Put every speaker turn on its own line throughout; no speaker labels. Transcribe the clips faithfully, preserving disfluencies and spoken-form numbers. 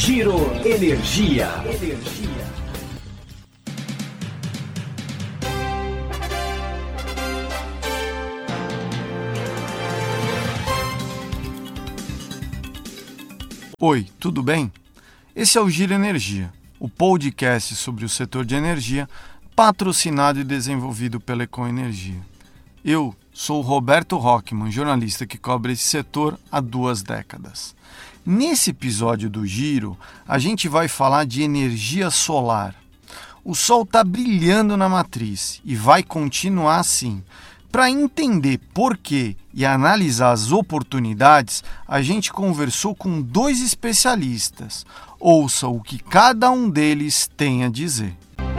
Giro Energia. Energia.
Oi, tudo bem? Esse é o Giro Energia, o podcast sobre o setor de energia, patrocinado e desenvolvido pela Ecoenergia. Eu sou o Roberto Rockman, jornalista que cobre esse setor há duas décadas. Nesse episódio do Giro, a gente vai falar de energia solar. O Sol está brilhando na matriz e vai continuar assim. Para entender por quê e analisar as oportunidades, a gente conversou com dois especialistas. Ouça o que cada um deles tem a dizer.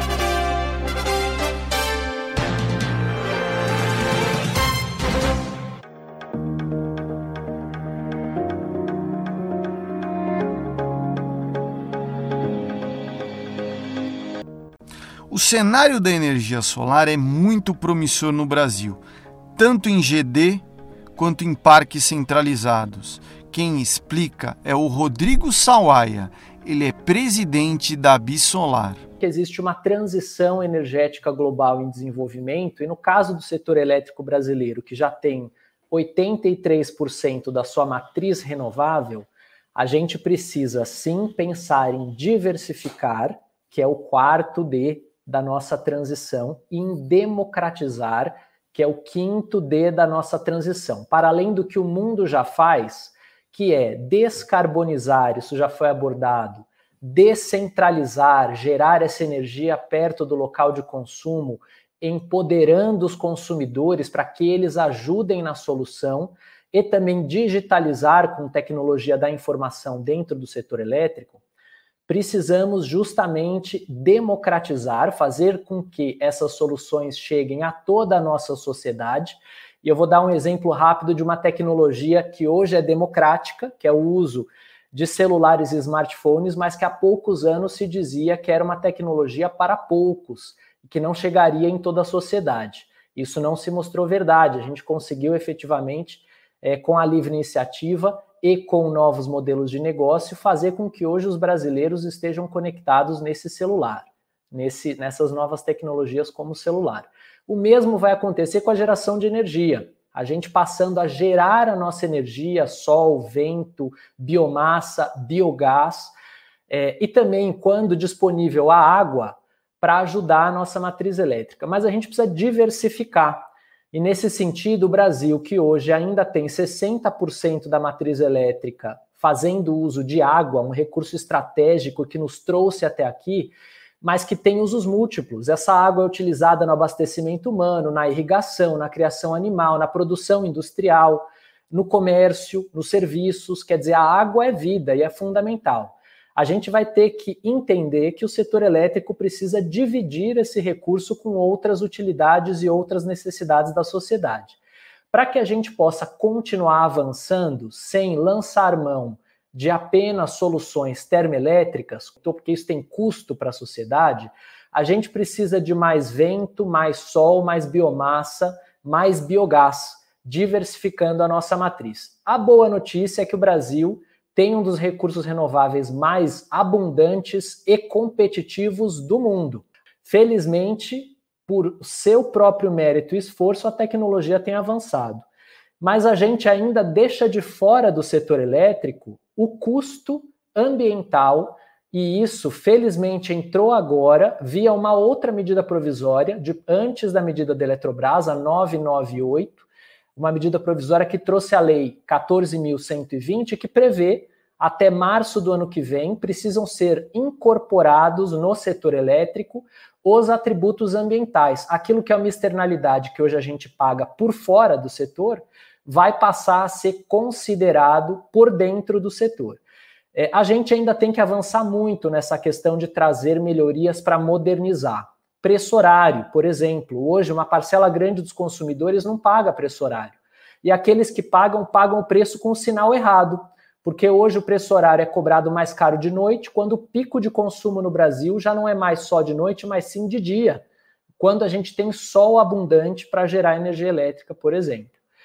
O cenário da energia solar é muito promissor no Brasil, tanto em G D quanto em parques centralizados. Quem explica é o Rodrigo Sawaia, ele é presidente da Bisolar.
Existe uma transição energética global em desenvolvimento e no caso do setor elétrico brasileiro, que já tem oitenta e três por cento da sua matriz renovável, a gente precisa sim pensar em diversificar, que é o quarto D da nossa transição, e em democratizar, que é o quinto D da nossa transição. Para além do que o mundo já faz, que é descarbonizar, isso já foi abordado, descentralizar, gerar essa energia perto do local de consumo, empoderando os consumidores para que eles ajudem na solução, e também digitalizar com tecnologia da informação dentro do setor elétrico, precisamos justamente democratizar, fazer com que essas soluções cheguem a toda a nossa sociedade. E eu vou dar um exemplo rápido de uma tecnologia que hoje é democrática, que é o uso de celulares e smartphones, mas que há poucos anos se dizia que era uma tecnologia para poucos, e que não chegaria em toda a sociedade. Isso não se mostrou verdade, a gente conseguiu efetivamente, é, com a livre iniciativa, e com novos modelos de negócio, fazer com que hoje os brasileiros estejam conectados nesse celular, nesse, nessas novas tecnologias como o celular. O mesmo vai acontecer com a geração de energia. A gente passando a gerar a nossa energia, sol, vento, biomassa, biogás, é, e também, quando disponível, a água, para ajudar a nossa matriz elétrica. Mas a gente precisa diversificar. E nesse sentido, o Brasil, que hoje ainda tem sessenta por cento da matriz elétrica fazendo uso de água, um recurso estratégico que nos trouxe até aqui, mas que tem usos múltiplos. Essa água é utilizada no abastecimento humano, na irrigação, na criação animal, na produção industrial, no comércio, nos serviços. Quer dizer, a água é vida e é fundamental. A gente vai ter que entender que o setor elétrico precisa dividir esse recurso com outras utilidades e outras necessidades da sociedade. Para que a gente possa continuar avançando sem lançar mão de apenas soluções termoelétricas, porque isso tem custo para a sociedade, a gente precisa de mais vento, mais sol, mais biomassa, mais biogás, diversificando a nossa matriz. A boa notícia é que o Brasil tem um dos recursos renováveis mais abundantes e competitivos do mundo. Felizmente, por seu próprio mérito e esforço, a tecnologia tem avançado. Mas a gente ainda deixa de fora do setor elétrico o custo ambiental, e isso, felizmente, entrou agora via uma outra medida provisória, de, antes da medida da Eletrobras, a novecentos e noventa e oito, uma medida provisória que trouxe a lei quatorze mil cento e vinte, que prevê, até março do ano que vem, precisam ser incorporados no setor elétrico os atributos ambientais. Aquilo que é uma externalidade que hoje a gente paga por fora do setor, vai passar a ser considerado por dentro do setor. É, a gente ainda tem que avançar muito nessa questão de trazer melhorias para modernizar. Preço horário, por exemplo. Hoje, uma parcela grande dos consumidores não paga preço horário. E aqueles que pagam, pagam o preço com o sinal errado. Porque hoje o preço horário é cobrado mais caro de noite, quando o pico de consumo no Brasil já não é mais só de noite, mas sim de dia. Quando a gente tem sol abundante para gerar energia elétrica, por exemplo.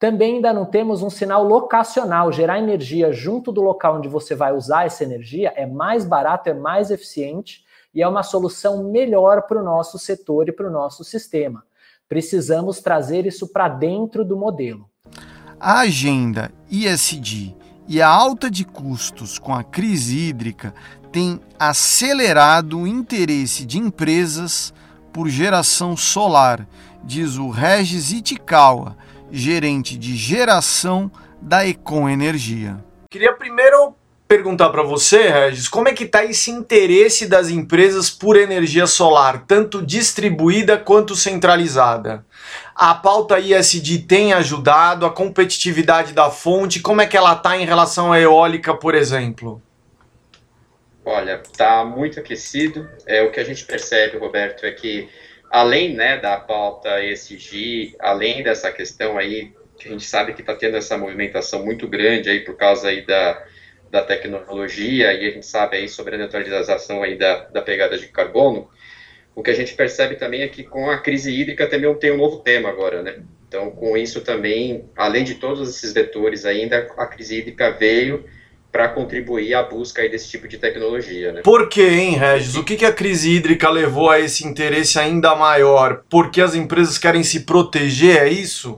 Também ainda não temos um sinal locacional. Gerar energia junto do local onde você vai usar essa energia é mais barato, é mais eficiente e é uma solução melhor para o nosso setor e para o nosso sistema. Precisamos trazer isso para dentro do modelo.
A agenda E S G e a alta de custos com a crise hídrica tem acelerado o interesse de empresas por geração solar, diz o Regis Itikawa, gerente de geração da Econ Energia. Queria primeiro perguntar para você, Regis, como é que está esse interesse das empresas por energia solar, tanto distribuída quanto centralizada? A pauta E S G tem ajudado, a competitividade da fonte, como é que ela está em relação à eólica, por exemplo?
Olha, está muito aquecido. É, o que a gente percebe, Roberto, é que além, né, da pauta E S G, além dessa questão aí, que a gente sabe que está tendo essa movimentação muito grande aí por causa aí da, da tecnologia, e a gente sabe aí sobre a neutralização aí da, da pegada de carbono, o que a gente percebe também é que com a crise hídrica também tem um novo tema agora, né? Então, com isso também, além de todos esses vetores ainda, a crise hídrica veio para contribuir à busca aí desse tipo de tecnologia, né?
Por quê, hein, Regis? O que, que a crise hídrica levou a esse interesse ainda maior? Porque as empresas querem se proteger, é isso?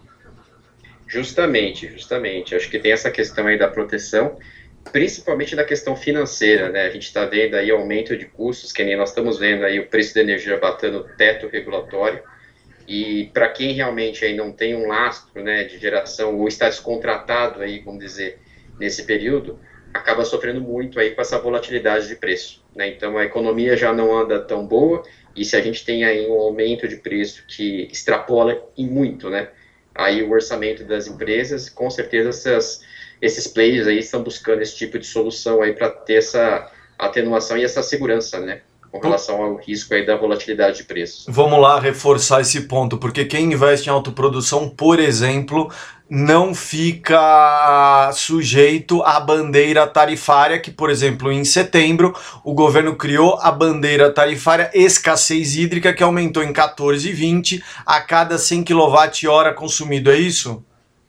Justamente, justamente. Acho que tem essa questão aí da proteção, principalmente da questão financeira, né? A gente está vendo aí aumento de custos, que nem nós estamos vendo aí o preço da energia batendo teto regulatório, e para quem realmente aí não tem um lastro, né, de geração ou está descontratado aí, vamos dizer, nesse período, acaba sofrendo muito aí com essa volatilidade de preço, né? Então a economia já não anda tão boa, e se a gente tem aí um aumento de preço que extrapola em muito, né, aí o orçamento das empresas, com certeza essas, esses players aí estão buscando esse tipo de solução aí para ter essa atenuação e essa segurança, né, com relação ao risco aí da volatilidade de preços.
Vamos lá reforçar esse ponto, porque quem investe em autoprodução, por exemplo, não fica sujeito à bandeira tarifária, que, por exemplo, em setembro, o governo criou a bandeira tarifária escassez hídrica, que aumentou em quatorze vírgula vinte a cada cem quilowatt-hora consumido, é isso?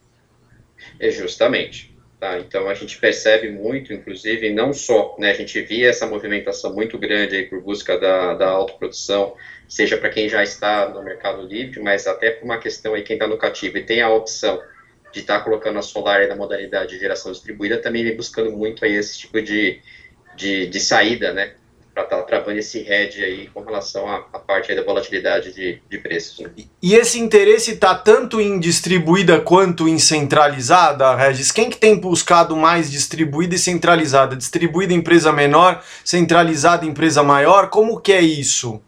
É justamente. Tá, então a gente percebe muito, inclusive, não só, né, a gente via essa movimentação muito grande aí por busca da, da autoprodução, seja para quem já está no mercado livre, mas até por uma questão aí quem está no cativo e tem a opção de estar tá colocando a solar aí na modalidade de geração distribuída, também vem buscando muito aí esse tipo de, de, de saída, né, para estar tá travando esse hedge aí com relação à, à parte aí da volatilidade de, de preços. Né?
E esse interesse está tanto em distribuída quanto em centralizada, Regis? Quem que tem buscado mais distribuída e centralizada? Distribuída empresa menor, centralizada empresa maior? Como que é isso?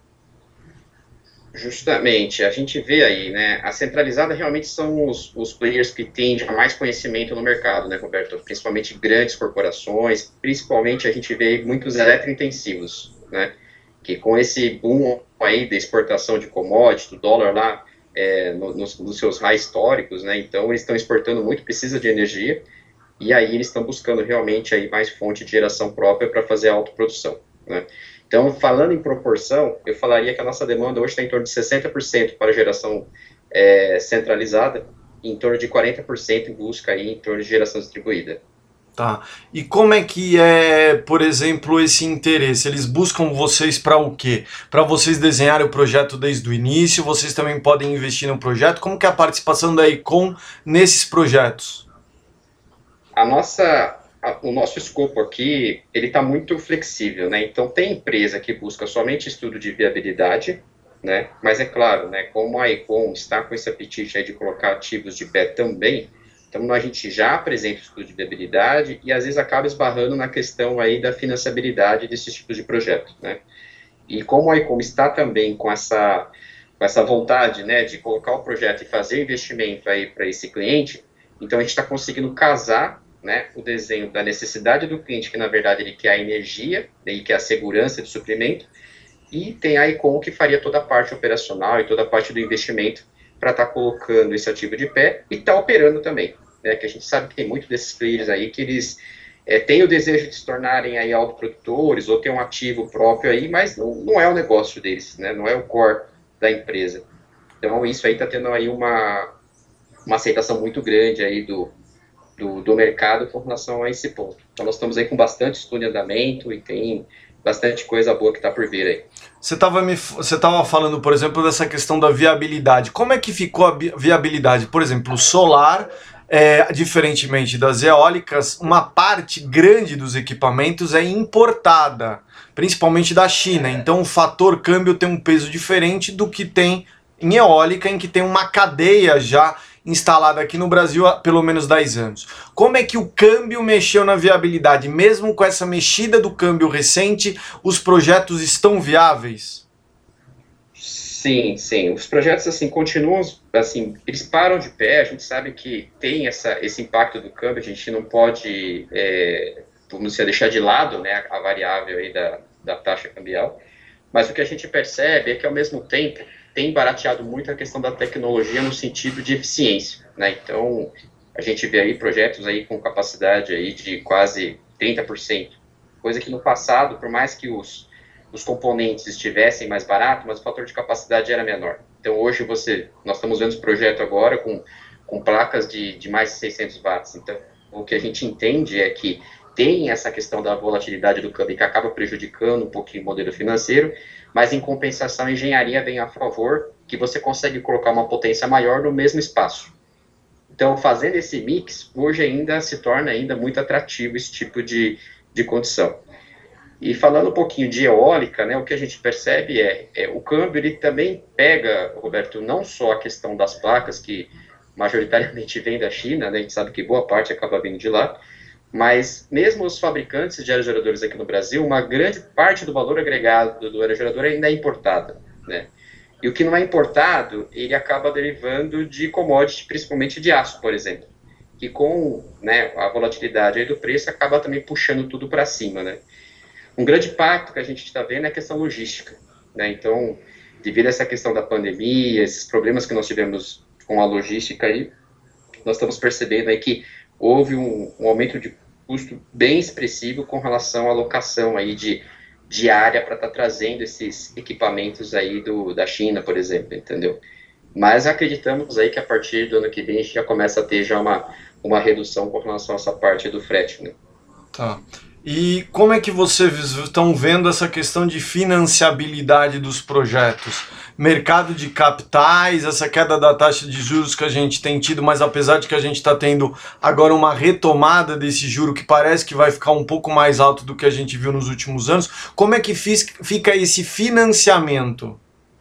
Justamente, a gente vê aí, né, a centralizada realmente são os, os players que têm já mais conhecimento no mercado, né, Roberto, principalmente grandes corporações, principalmente a gente vê muitos eletrointensivos, né, que com esse boom aí da exportação de commodities, do dólar lá é, no, nos, nos seus highs históricos, né, então eles estão exportando muito, precisa de energia, e aí eles estão buscando realmente aí mais fonte de geração própria para fazer a autoprodução, né. Então, falando em proporção, eu falaria que a nossa demanda hoje está em torno de sessenta por cento para geração é, centralizada e em torno de quarenta por cento em busca aí, em torno de geração distribuída.
Tá. E como é que é, por exemplo, esse interesse? Eles buscam vocês para o quê? Para vocês desenharem o projeto desde o início? Vocês também podem investir no projeto? Como que é a participação da Econ nesses projetos?
A nossa... O nosso escopo aqui, ele está muito flexível, né? Então, tem empresa que busca somente estudo de viabilidade, né? Mas é claro, né? Como a Econ está com esse apetite aí de colocar ativos de pé também, então a gente já apresenta o estudo de viabilidade e às vezes acaba esbarrando na questão aí da financiabilidade desses tipos de projeto, né? E como a Econ está também com essa, com essa vontade, né, de colocar o projeto e fazer investimento aí para esse cliente, então a gente está conseguindo casar, né, o desenho da necessidade do cliente, que na verdade ele quer a energia, ele quer a segurança de suprimento, e tem a Econ que faria toda a parte operacional e toda a parte do investimento para estar tá colocando esse ativo de pé e estar tá operando também, né, que a gente sabe que tem muito desses players aí que eles é, têm o desejo de se tornarem aí autoprodutores ou ter um ativo próprio aí, mas não, não é o negócio deles, né, não é o core da empresa. Então isso aí está tendo aí uma... uma aceitação muito grande aí do, do, do mercado com relação a esse ponto. Então nós estamos aí com bastante estudo em andamento e tem bastante coisa boa que está por vir aí.
Você estava me, você estava falando, por exemplo, dessa questão da viabilidade. Como é que ficou a viabilidade? Por exemplo, o solar, é, diferentemente das eólicas, uma parte grande dos equipamentos é importada, principalmente da China. Então o fator câmbio tem um peso diferente do que tem em eólica, em que tem uma cadeia já instalada aqui no Brasil há pelo menos dez anos. Como é que o câmbio mexeu na viabilidade? Mesmo com essa mexida do câmbio recente, os projetos estão viáveis?
Sim, sim. Os projetos assim continuam, assim, eles param de pé. A gente sabe que tem essa, esse impacto do câmbio. A gente não pode, é, vamos dizer, deixar de lado, né, a variável aí da, da taxa cambial. Mas o que a gente percebe é que ao mesmo tempo tem barateado muito a questão da tecnologia no sentido de eficiência, né? Então, a gente vê aí projetos aí com capacidade aí de quase trinta por cento, coisa que no passado, por mais que os, os componentes estivessem mais baratos, mas o fator de capacidade era menor. Então, hoje você, nós estamos vendo esse projeto agora com, com placas de, de mais de seiscentos watts. Então, o que a gente entende é que tem essa questão da volatilidade do câmbio que acaba prejudicando um pouquinho o modelo financeiro, mas em compensação a engenharia vem a favor, que você consegue colocar uma potência maior no mesmo espaço. Então, fazendo esse mix, hoje ainda se torna ainda muito atrativo esse tipo de, de condição. E falando um pouquinho de eólica, né, o que a gente percebe é, é o câmbio ele também pega, Roberto, não só a questão das placas, que majoritariamente vem da China, né, a gente sabe que boa parte acaba vindo de lá, mas mesmo os fabricantes de aerogeradores aqui no Brasil, uma grande parte do valor agregado do aerogerador ainda é importado, né? E o que não é importado, ele acaba derivando de commodity, principalmente de aço, por exemplo, que com, né, a volatilidade aí do preço acaba também puxando tudo para cima, né? Um grande impacto que a gente está vendo é a questão logística, né? Então, devido a essa questão da pandemia, esses problemas que nós tivemos com a logística aí, nós estamos percebendo aí que houve um, um aumento de custo bem expressivo com relação à alocação aí de, de área para estar tá trazendo esses equipamentos aí do, da China, por exemplo, entendeu? Mas acreditamos aí que a partir do ano que vem a gente já começa a ter já uma, uma redução com relação a essa parte do frete, né?
Tá. E como é que vocês estão vendo essa questão de financiabilidade dos projetos? Mercado de capitais, essa queda da taxa de juros que a gente tem tido, mas apesar de que a gente está tendo agora uma retomada desse juro que parece que vai ficar um pouco mais alto do que a gente viu nos últimos anos, como é que fica esse financiamento?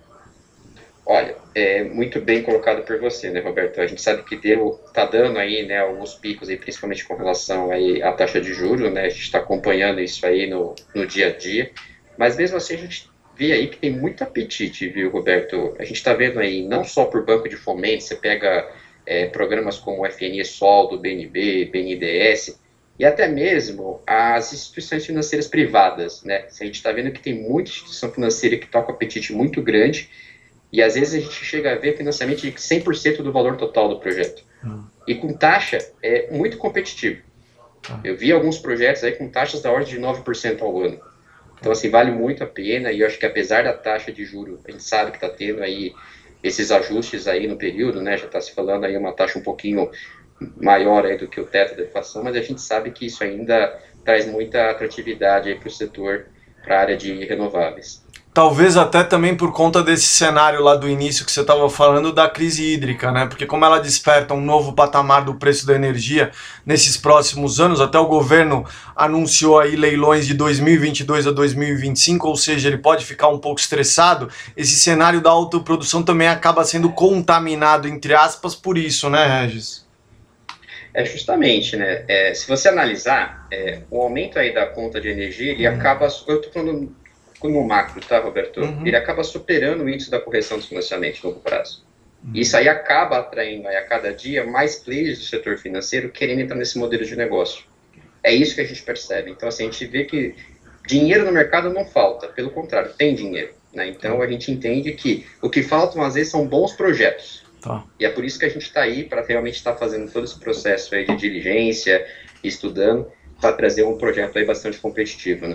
Olha, é muito bem colocado por você, né, Roberto? A gente sabe que deu, tá dando aí, né, alguns picos aí, principalmente com relação aí à taxa de juros, né? A gente está acompanhando isso aí no, no dia a dia, mas mesmo assim a gente vê aí que tem muito apetite, viu, Roberto? A gente está vendo aí, não só por banco de fomento, você pega é, programas como o F N E Sol, do B N B, B N D E S, e até mesmo as instituições financeiras privadas, né? A gente está vendo que tem muita instituição financeira que está com apetite muito grande, e às vezes a gente chega a ver financiamento de cem por cento do valor total do projeto. Hum. E com taxa é muito competitivo. Hum. Eu vi alguns projetos aí com taxas da ordem de nove por cento ao ano. Então, assim, vale muito a pena, e eu acho que apesar da taxa de juros, a gente sabe que está tendo aí esses ajustes aí no período, né, já está se falando aí uma taxa um pouquinho maior aí do que o teto da inflação, mas a gente sabe que isso ainda traz muita atratividade aí para o setor, para a área de renováveis.
Talvez até também por conta desse cenário lá do início que você estava falando da crise hídrica, né? Porque como ela desperta um novo patamar do preço da energia nesses próximos anos, até o governo anunciou aí leilões de dois mil e vinte e dois a dois mil e vinte e cinco, ou seja, ele pode ficar um pouco estressado. Esse cenário da autoprodução também acaba sendo contaminado, entre aspas, por isso, né, Regis?
É justamente, né? É, se você analisar, é, o aumento aí da conta de energia, ele uhum. acaba... Eu estou falando... no macro, tá, Roberto? Uhum. Ele acaba superando o índice da correção dos financiamentos no longo prazo. Uhum. Isso aí acaba atraindo aí, a cada dia mais players do setor financeiro querendo entrar nesse modelo de negócio. É isso que a gente percebe. Então, assim, a gente vê que dinheiro no mercado não falta, pelo contrário, tem dinheiro, né? Então, a gente entende que o que faltam, às vezes, são bons projetos. Tá. E é por isso que a gente está aí, para realmente estar tá fazendo todo esse processo aí de diligência, estudando, para trazer um projeto aí bastante competitivo, né?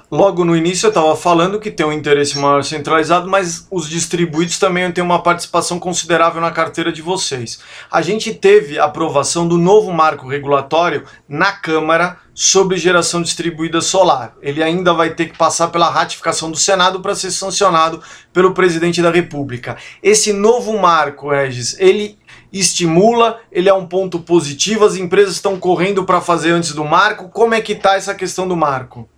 Logo no início eu estava falando que tem um interesse maior centralizado, mas os distribuídos também têm uma participação considerável na carteira de vocês. A gente teve a aprovação do novo marco regulatório na Câmara sobre geração distribuída solar. Ele ainda vai ter que passar pela ratificação do Senado para ser sancionado pelo presidente da República. Esse novo marco, Regis, ele estimula, ele é um ponto positivo, as empresas estão correndo para fazer antes do marco. Como é que está essa questão do marco?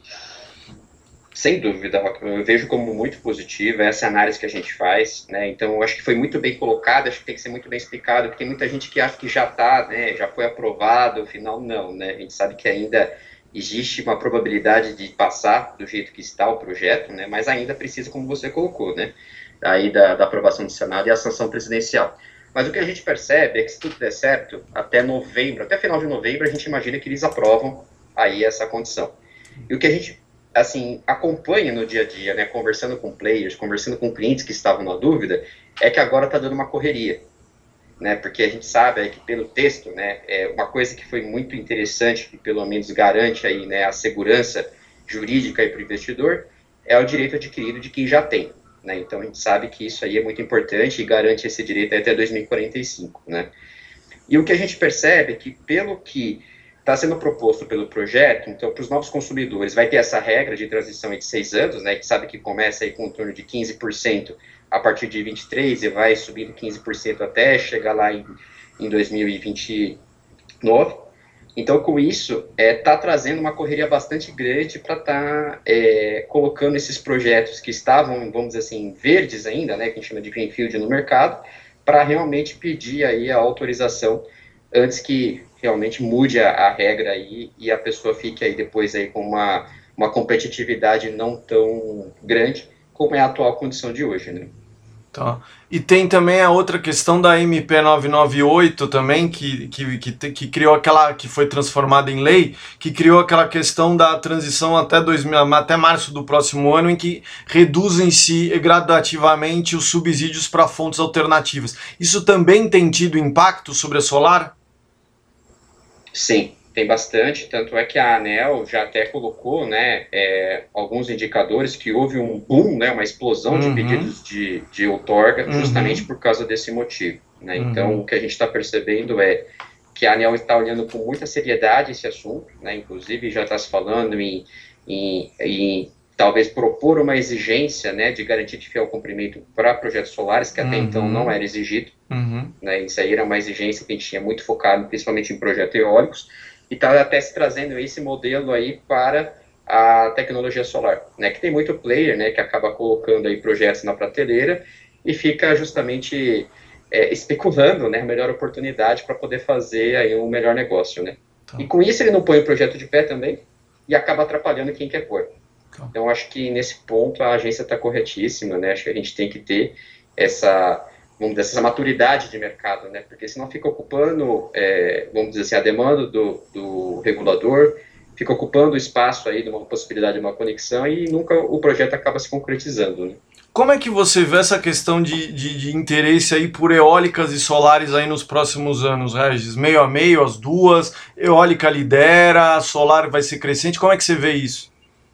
Sem dúvida, eu vejo como muito positivo essa análise que a gente faz, né? Então, eu acho que foi muito bem colocado, acho que tem que ser muito bem explicado, porque tem muita gente que acha que já está, né, já foi aprovado, afinal não, né? A gente sabe que ainda existe uma probabilidade de passar do jeito que está o projeto, né? Mas ainda precisa, como você colocou, né? Aí da, da aprovação do Senado e a sanção presidencial. Mas o que a gente percebe é que se tudo der certo, até novembro, até final de novembro, a gente imagina que eles aprovam aí essa condição. E o que a gente assim, acompanha no dia a dia, né, conversando com players, conversando com clientes que estavam na dúvida, é que agora está dando uma correria, né, porque a gente sabe aí que pelo texto, né, é uma coisa que foi muito interessante, que pelo menos garante aí, né, a segurança jurídica para o investidor, é o direito adquirido de quem já tem, né, então a gente sabe que isso aí é muito importante e garante esse direito até dois mil e quarenta e cinco, né, e o que a gente percebe é que pelo que está sendo proposto pelo projeto, então, para os novos consumidores, vai ter essa regra de transição de seis anos, né, que sabe que começa aí com um torno de quinze por cento a partir de vinte e três e vai subindo quinze por cento até chegar lá em, em dois mil e vinte e nove. Então, com isso, está é, tá trazendo uma correria bastante grande para estar tá, é, colocando esses projetos que estavam, vamos dizer assim, verdes ainda, né, que a gente chama de greenfield no mercado, para realmente pedir aí a autorização antes que realmente mude a, a regra aí e a pessoa fique aí depois aí com uma, uma competitividade não tão grande como é a atual condição de hoje, né?
Tá. E tem também a outra questão da M P novecentos e noventa e oito também, que, que, que, que criou aquela, que foi transformada em lei, que criou aquela questão da transição até, dois mil, até março do próximo ano, em que reduzem-se gradativamente os subsídios para fontes alternativas. Isso também tem tido impacto sobre a solar?
Sim, tem bastante, tanto é que a ANEEL já até colocou, né, é, alguns indicadores que houve um boom, né, uma explosão uhum. de pedidos de, de outorga, uhum. justamente por causa desse motivo, né, uhum. Então o que a gente está percebendo é que a ANEEL está olhando com muita seriedade esse assunto, né, inclusive já está se falando em, em, em talvez propor uma exigência, né, de garantia de fiel cumprimento para projetos solares, que até uhum. então não era exigido. Uhum. Né, isso aí era uma exigência que a gente tinha muito focado, principalmente em projetos eólicos, e está até se trazendo esse modelo aí para a tecnologia solar, né, que tem muito player, né, que acaba colocando aí projetos na prateleira e fica justamente é, especulando, né, a melhor oportunidade para poder fazer aí um melhor negócio, né. Tá. E com isso ele não põe o projeto de pé também e acaba atrapalhando quem quer pôr. Tá. Então acho que nesse ponto a agência está corretíssima, né, acho que a gente tem que ter essa vamos dizer, essa maturidade de mercado, né? Porque senão fica ocupando, é, vamos dizer assim, a demanda do, do regulador, fica ocupando o espaço aí de uma possibilidade de uma conexão e nunca o projeto acaba se concretizando, né?
Como é que você vê essa questão de, de, de interesse aí por eólicas e solares aí nos próximos anos, Regis? Meio a meio, as duas, eólica lidera, a solar vai ser crescente, como é que você vê isso?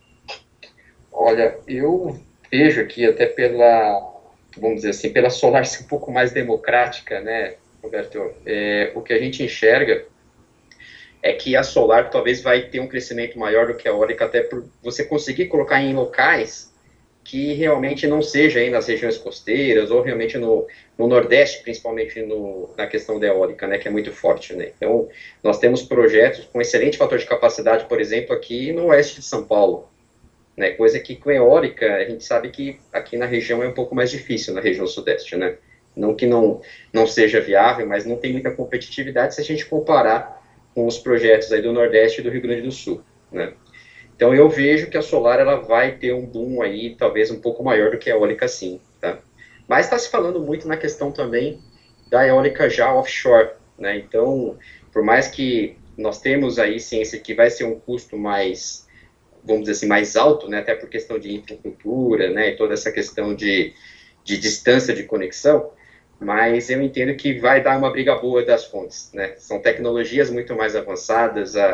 Olha, eu vejo aqui até pela... vamos dizer assim, pela solar ser um pouco mais democrática, né, Roberto, é, o que a gente enxerga é que a solar talvez vai ter um crescimento maior do que a eólica, até por você conseguir colocar em locais que realmente não seja aí nas regiões costeiras, ou realmente no, no Nordeste, principalmente no, na questão da eólica, né, que é muito forte, né. Então, nós temos projetos com excelente fator de capacidade, por exemplo, aqui no oeste de São Paulo, né, coisa que com eólica, a gente sabe que aqui na região é um pouco mais difícil, na região sudeste, né, não que não, não seja viável, mas não tem muita competitividade se a gente comparar com os projetos aí do Nordeste e do Rio Grande do Sul, né. Então eu vejo que a solar ela vai ter um boom aí, talvez um pouco maior do que a eólica sim, tá. Mas está se falando muito na questão também da eólica já offshore, né, então, por mais que nós temos aí ciência que vai ser um custo mais, vamos dizer assim, mais alto, né, até por questão de infraestrutura, né, e toda essa questão de, de distância de conexão, mas eu entendo que vai dar uma briga boa das fontes, né, são tecnologias muito mais avançadas, a,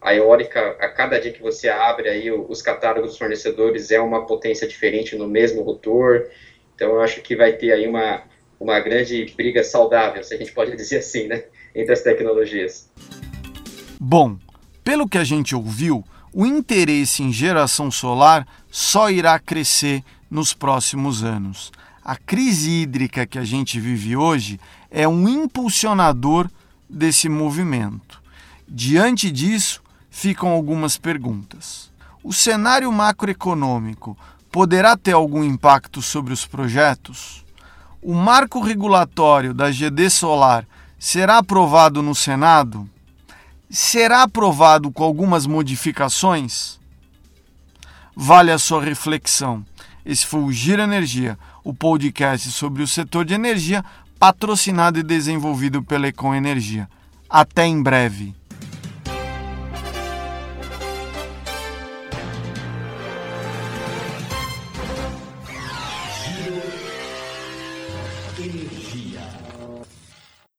A eólica, a cada dia que você abre aí os catálogos dos fornecedores, é uma potência diferente no mesmo rotor. Então, eu acho que vai ter aí uma, uma grande briga saudável, se a gente pode dizer assim, né, entre as tecnologias.
Bom, pelo que a gente ouviu, o interesse em geração solar só irá crescer nos próximos anos. A crise hídrica que a gente vive hoje é um impulsionador desse movimento. Diante disso, ficam algumas perguntas. O cenário macroeconômico poderá ter algum impacto sobre os projetos? O marco regulatório da G D Solar será aprovado no Senado? Será aprovado com algumas modificações? Vale a sua reflexão. Esse foi o Giro Energia, o podcast sobre o setor de energia, patrocinado e desenvolvido pela Econ Energia. Até em breve.